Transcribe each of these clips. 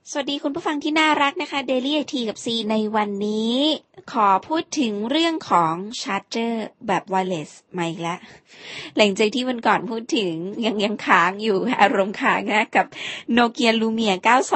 สวัสดีคุณผู้ฟังที่น่ารักนะคะ Daily IT กับ C ในวันนี้ขอพูดถึงเรื่องของชาร์จเจอร์แบบไวเลสมาอีกแล้วหลังจากที่วันก่อนพูดถึงยังค้างอยู่อารมณ์ค้างนะกับ Nokia Lumia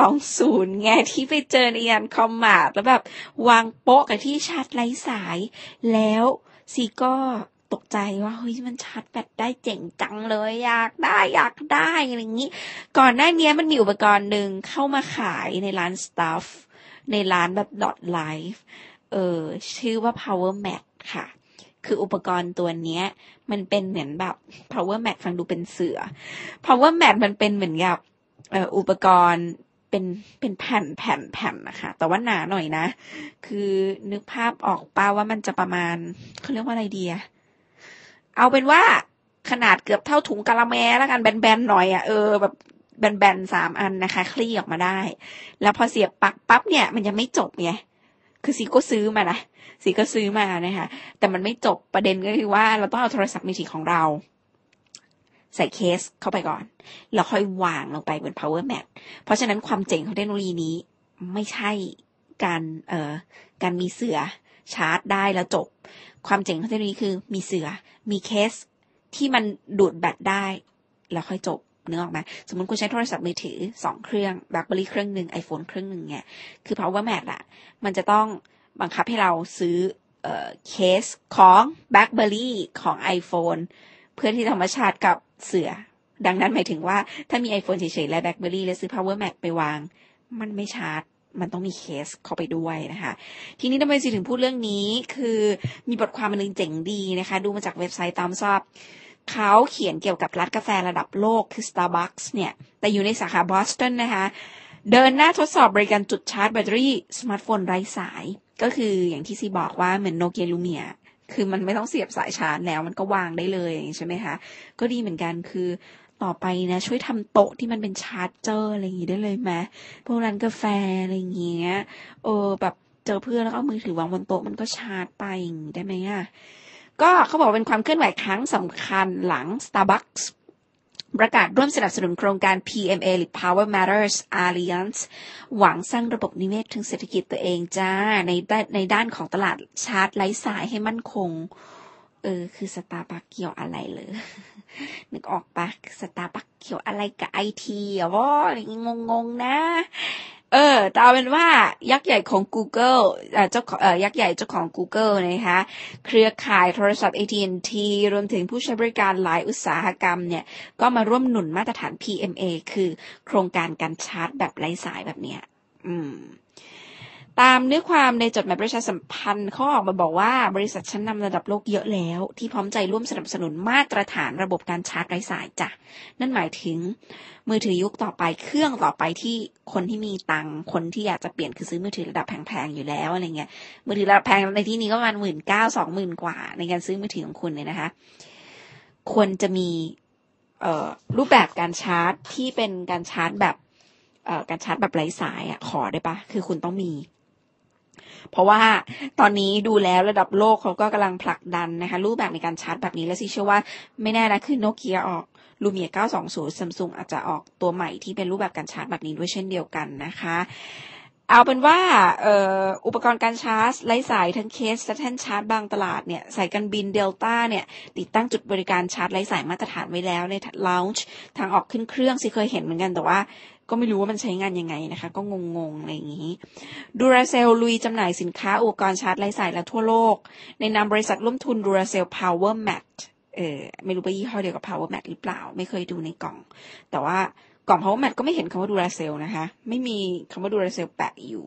920ไงที่ไปเจอในงานคอมมาร์ทแล้วแบบวางโป๊ะกับที่ชาร์จไร้สายแล้วซีก็ตกใจว่าเฮ้ยมันชาร์จแบตได้เจ๋งจังเลยอยากได้อะไรอย่างนี้ก่อนหน้านี้มันมีอุปกรณ์หนึ่งเข้ามาขายในร้าน Stuff ในร้านแบบ .live ชื่อว่า Power Mat ค่ะคืออุปกรณ์ตัวเนี้ยมันเป็นเหมือนแบบ Power Mat ฟังดูเป็นเสือ Power Mat มันเป็นเหมือนกับอุปกรณ์เป็นแผ่นนะคะแต่ว่าหนาหน่อยนะคือนึกภาพออกป่ะว่ามันจะประมาณเขาเรียกว่าอะไรดีอะเอาเป็นว่าขนาดเกือบเท่าถุงกะละแมแล้วกันแบนๆหน่อยอ่ะแบบแบนๆ3 อันนะคะคลี่ออกมาได้แล้วพอเสียบปลั๊กปั๊บเนี่ยมันยังไม่จบไงคือซีก็ซื้อมานะคะแต่มันไม่จบประเด็นก็คือว่าเราต้องเอาโทรศัพท์มือถือของเราใส่เคสเข้าไปก่อนแล้วค่อยวางลงไปบน power mat เพราะฉะนั้นความเจ๋งของเทคโนโลยีนี้ไม่ใช่การมีเสื่อชาร์จได้แล้วจบความเจ๋งของเทคโนโลยีคือมีเสื่อมีเคสที่มันดูดแบตได้แล้วค่อยจบนึกออกไหมสมมติคุณใช้โทรศัพท์มือถือ2 เครื่อง BlackBerry เครื่องนึง iPhone เครื่องนึงเนี่ยคือ power mat อ่ะมันจะต้องบังคับให้เราซื้อเคสของ BlackBerry ของ iPhone เพื่อที่จะมาชาร์จกับเสื่อดังนั้นหมายถึงว่าถ้ามี iPhone เฉยๆและ BlackBerry แล้วซื้อ power mat ไปวางมันไม่ชาร์จมันต้องมีเคสเข้าไปด้วยนะคะทีนี้ทำไมสิถึงพูดเรื่องนี้คือมีบทความนึงเจ๋งดีนะคะดูมาจากเว็บไซต์ตามชอบเขาเขียนเกี่ยวกับร้านกาแฟระดับโลกคือ Starbucks เนี่ยแต่อยู่ในสาขาบอสตันนะคะเดินหน้าทดสอบบริการจุดชาร์จแบตเตอรี่สมาร์ทโฟนไร้สายก็คืออย่างที่ซีบอกว่าเหมือน Nokia Lumia คือมันไม่ต้องเสียบสายชาร์จแล้วมันก็วางได้เลยใช่ไหมคะก็ดีเหมือนกันคือต่อไปนะช่วยทำโต๊ะที่มันเป็นชาร์จเจอร์อะไรอย่างงี้ได้เลยไหมพวกร้านกาแฟอะไรอย่างเงี้ยแบบเจอเพื่อนแล้วก็เอามือถือวางบนโต๊ะมันก็ชาร์จไปอย่างงี้ได้ไหมอ่ะก็เขาบอกเป็นความเคลื่อนไหวครั้งสำคัญหลัง Starbucks ประกาศร่วมสนับสนุนโครงการ PMA หรือ Power Matters Alliance หวังสร้างระบบนิเวศทางเศรษฐกิจตัวเองจ้าในด้านของตลาดชาร์จไร้สายให้มั่นคงคือสตาร์บัคเกี่ยวอะไรเลยนึกออกปะสตาร์บัคเกี่ยวอะไรกับไอทีอ่ะวะงงนะแต่เอาเป็นว่ายักษ์ใหญ่ของ Google ยักษ์ใหญ่เจ้าของ Google นะคะเครือข่ายโทรศัพท์ AT&T รวมถึงผู้ใช้บริการหลายอุตสาหกรรมเนี่ยก็มาร่วมหนุนมาตรฐาน PMA คือโครงการการชาร์จแบบไร้สายแบบเนี้ยตามเนื้อความในจดหมายประชาสัมพันธ์เขาออกมาบอกว่าบริษัทชั้นนำระดับโลกเยอะแล้วที่พร้อมใจร่วมสนับสนุนมาตรฐานระบบการชาร์จไร้สายจ้ะนั่นหมายถึงมือถือยุคต่อไปเครื่องต่อไปที่คนที่มีตังค์คนที่อยากจะเปลี่ยนคือซื้อมือถือระดับแพงๆอยู่แล้วอะไรเงี้ยมือถือระดับแพงในที่นี้ก็ประมาณ 19,000 20,000 กว่าในการซื้อมือถือของคุณเนี่ยนะคะควรจะมีรูปแบบการชาร์จที่เป็นการชาร์จแบบไร้สายขอได้ปะคือคุณต้องมีเพราะว่าตอนนี้ดูแล้วระดับโลกเขาก็กำลังผลักดันนะคะรูปแบบในการชาร์จแบบนี้และซิเชื่อว่าไม่แน่นะคือโนเกียออกLumia 920 Samsung อาจจะออกตัวใหม่ที่เป็นรูปแบบการชาร์จแบบนี้ด้วยเช่นเดียวกันนะคะเอาเป็นว่าอุปกรณ์การชาร์จไร้สายทั้งเคสและแท่นชาร์จบางตลาดเนี่ยสายการบินเดลต้าเนี่ยติดตั้งจุดบริการชาร์จไร้สายมาตรฐานไว้แล้วในลาวน์จ์ทางออกขึ้นเครื่องสิเคยเห็นเหมือนกันแต่ว่าก็ไม่รู้ว่ามันใช้งานยังไงนะคะก็งงๆอะไรอย่างนี้Duracell ลุยจำหน่ายสินค้าอุปกรณ์ชาร์จไร้สายและทั่วโลกในนามบริษัทร่วมทุน Duracell Power Matไม่รู้ว่ายี่ห้อเดียวกับ Power Mat หรือเปล่าไม่เคยดูในกล่องแต่ว่ากล่อง Power Mat ก็ไม่เห็นคำว่า Duracell นะคะไม่มีคำว่า Duracell แปะอยู่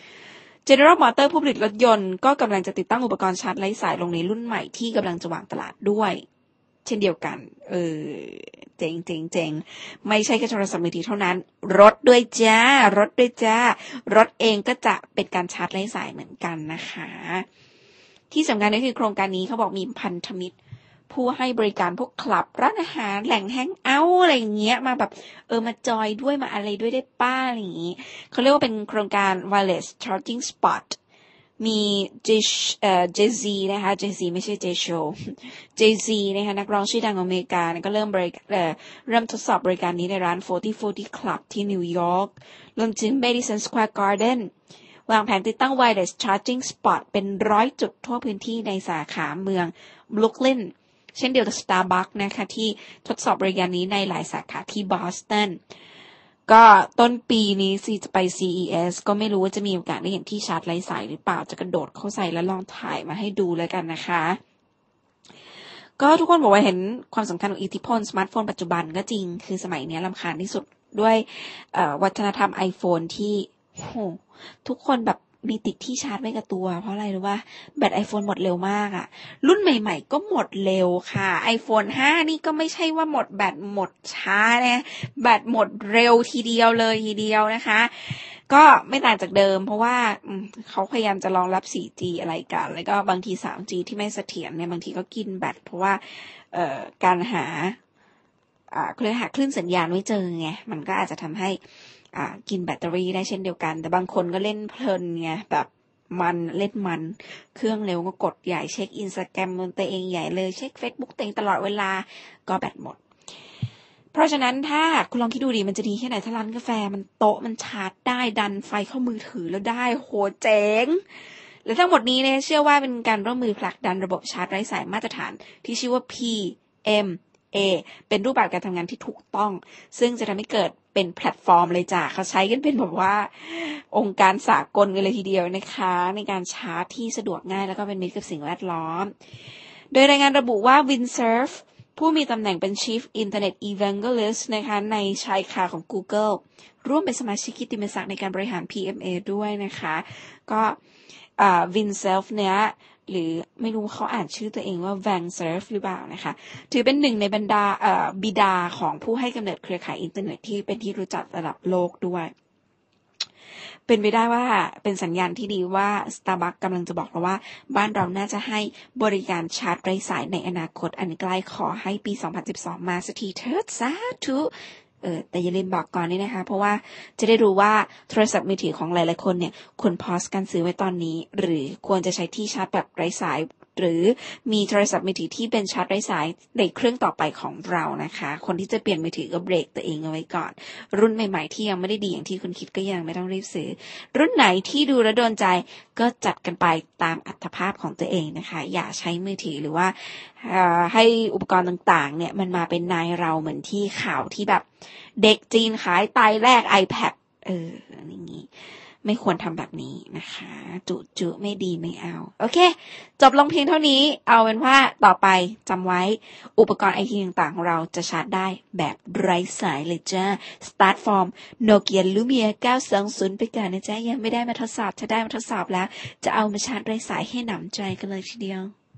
General Motors ผู้ผลิตรถยนต์ก็กำลังจะติดตั้งอุปกรณ์ชาร์จไร้สายลงในรุ่นใหม่ที่กำลังจะวางตลาดด้วยเช่นเดียวกันเจ๋งไม่ใช่แค่โทรศัพท์มือถือเท่านั้นรถด้วยจ้ารถเองก็จะเป็นการชาร์จไร้สายเหมือนกันนะคะที่สำคัญก็คือโครงการนี้เขาบอกมีพันธมิตรผู้ให้บริการพวกคลับร้านอาหารแหล่งแฮงเอาท์อะไรอย่างเงี้ยมาแบบมาจอยด้วยมาอะไรด้วยได้ป้าอะไรอย่างงี้เขาเรียกว่าเป็นโครงการ wireless charging spot มีJay-Z นะคะ Jay-Z ไม่ใช่ Jay-Z Jay-Z นะคะนักร้องชื่อดังของอเมริกาก็เริ่มทดสอบบริการนี้ในร้าน4040 Club ที่นิวยอร์กรวมถึง Madison Square Garden วางแผนติดตั้ง wireless charging spot เป็น100 จุดทั่วพื้นที่ในสาขาเมืองบรุกลินเช่นเดียวกับ Starbucks นะคะที่ทดสอบบริการนี้ในหลายสาขาที่บอสตันก็ต้นปีนี้จะไป CES ก็ไม่รู้ว่าจะมีโอกาสได้เห็นที่ชาร์จไร้สายหรือเปล่าจะกระโดดเข้าใส่แล้วลองถ่ายมาให้ดูแล้วกันนะคะก็ทุกคนบอกว่าเห็นความสำคัญของอิทธิพลสมาร์ทโฟนปัจจุบันก็จริงคือสมัยนี้รำคาญที่สุดด้วยวัฒนธรรม iPhone ที่ทุกคนแบบมีติดที่ชาร์จไว้กับตัวเพราะอะไรรู้ป่ะแบต iPhone หมดเร็วมากอ่ะรุ่นใหม่ๆก็หมดเร็วค่ะ iPhone 5 นี่ก็ไม่ใช่ว่าหมดแบตหมดช้านะแบตหมดเร็วทีเดียวนะคะก็ไม่ต่างจากเดิมเพราะว่าเขาพยายามจะรองรับ 4G อะไรกันแล้วก็บางที 3G ที่ไม่เสถียรเนี่ยบางทีก็กินแบตเพราะว่าการหาคลื่นสัญญาณไม่เจอไงมันก็อาจจะทำให้กินแบตเตอรี่ได้เช่นเดียวกันแต่บางคนก็เล่นเพลินไงแบบเล่นเครื่องเร็วก็กดใหญ่เช็ค Instagram ตัวเองใหญ่เลยเช็ค Facebook ตัวเองตลอดเวลาก็แบตหมดเพราะฉะนั้นถ้าคุณลองคิดดูดิมันจะดีแค่ไหนถ้าร้านกาแฟมันโต๊ะมันชาร์จได้ดันไฟเข้ามือถือแล้วได้โหเจ๋งและทั้งหมดนี้เนี่ยเชื่อว่าเป็นการร่วมมือผลักดันระบบชาร์จไร้สายมาตรฐานที่ชื่อว่า PMA เป็นรูปแบบการทำงานที่ถูกต้องซึ่งจะทำให้เกิดเป็นแพลตฟอร์มเลยจ้ะเขาใช้กันเป็นแบบว่าองค์การสากลกันเลยทีเดียวนะคะในการชาร์จที่สะดวกง่ายแล้วก็เป็นมิตรกับสิ่งแวดล้อมโดยรายงานระบุว่า Windsurf ผู้มีตำแหน่งเป็น Chief Internet Evangelist นะคะในชายคาของ Google ร่วมเป็นสมาชิกกิตติมศักดิ์ในการบริหาร PMA ด้วยนะคะก็Windsurf เนี้ยหรือไม่รู้เขาอ่านชื่อตัวเองว่า Windsurf หรือเปล่านะคะถือเป็นหนึ่งในบรรดาบิดาของผู้ให้กำเนิดเครือข่ายอินเทอร์เน็ตที่เป็นที่รู้จักระดับโลกด้วยเป็นไปได้ว่าเป็นสัญญาณที่ดีว่า Starbucks กำลังจะบอกเราว่าบ้านเราน่าจะให้บริการชาร์จไร้สายในอนาคตอันใกล้ขอให้ปี2012มาสักทีเถิดสาธุแต่อย่าลืมบอกก่อนนี่นะคะเพราะว่าจะได้รู้ว่าโทรศัพท์มือถือของหลายๆคนเนี่ยควรพอสการซื้อไว้ตอนนี้หรือควรจะใช้ที่ชาร์จแบบไร้สายหรือมีโทรศัพท์มือถือที่เป็นชาร์จไร้สายในเครื่องต่อไปของเรานะคะคนที่จะเปลี่ยนมือถือก็เบรกตัวเองเอาไว้ก่อนรุ่นใหม่ๆที่ยังไม่ได้ดีอย่างที่คุณคิดก็ยังไม่ต้องรีบซื้อรุ่นไหนที่ดูแล้วโดนใจก็จัดกันไปตามอัตภาพของตัวเองนะคะอย่าใช้มือถือหรือว่าให้อุปกรณ์ต่างๆเนี่ยมันมาเป็นนายเราเหมือนที่ข่าวที่แบบเด็กจีนขายไตแรก iPad อย่างนี้ไม่ควรทำแบบนี้นะคะจุไม่ดีไม่เอาโอเคจบลงเพียงเท่านี้เอาเป็นว่าต่อไปจำไว้อุปกรณ์ไอทีต่างๆของเราจะชาร์จได้แบบไร้สายเลยจ้า Start from Nokia Lumia 920ไปก่อนนะจ๊ะยังไม่ได้มาทดสอบถ้าได้มาทดสอบแล้วจะเอามาชาร์จไร้สายให้หนำใจกันเลยทีเดียว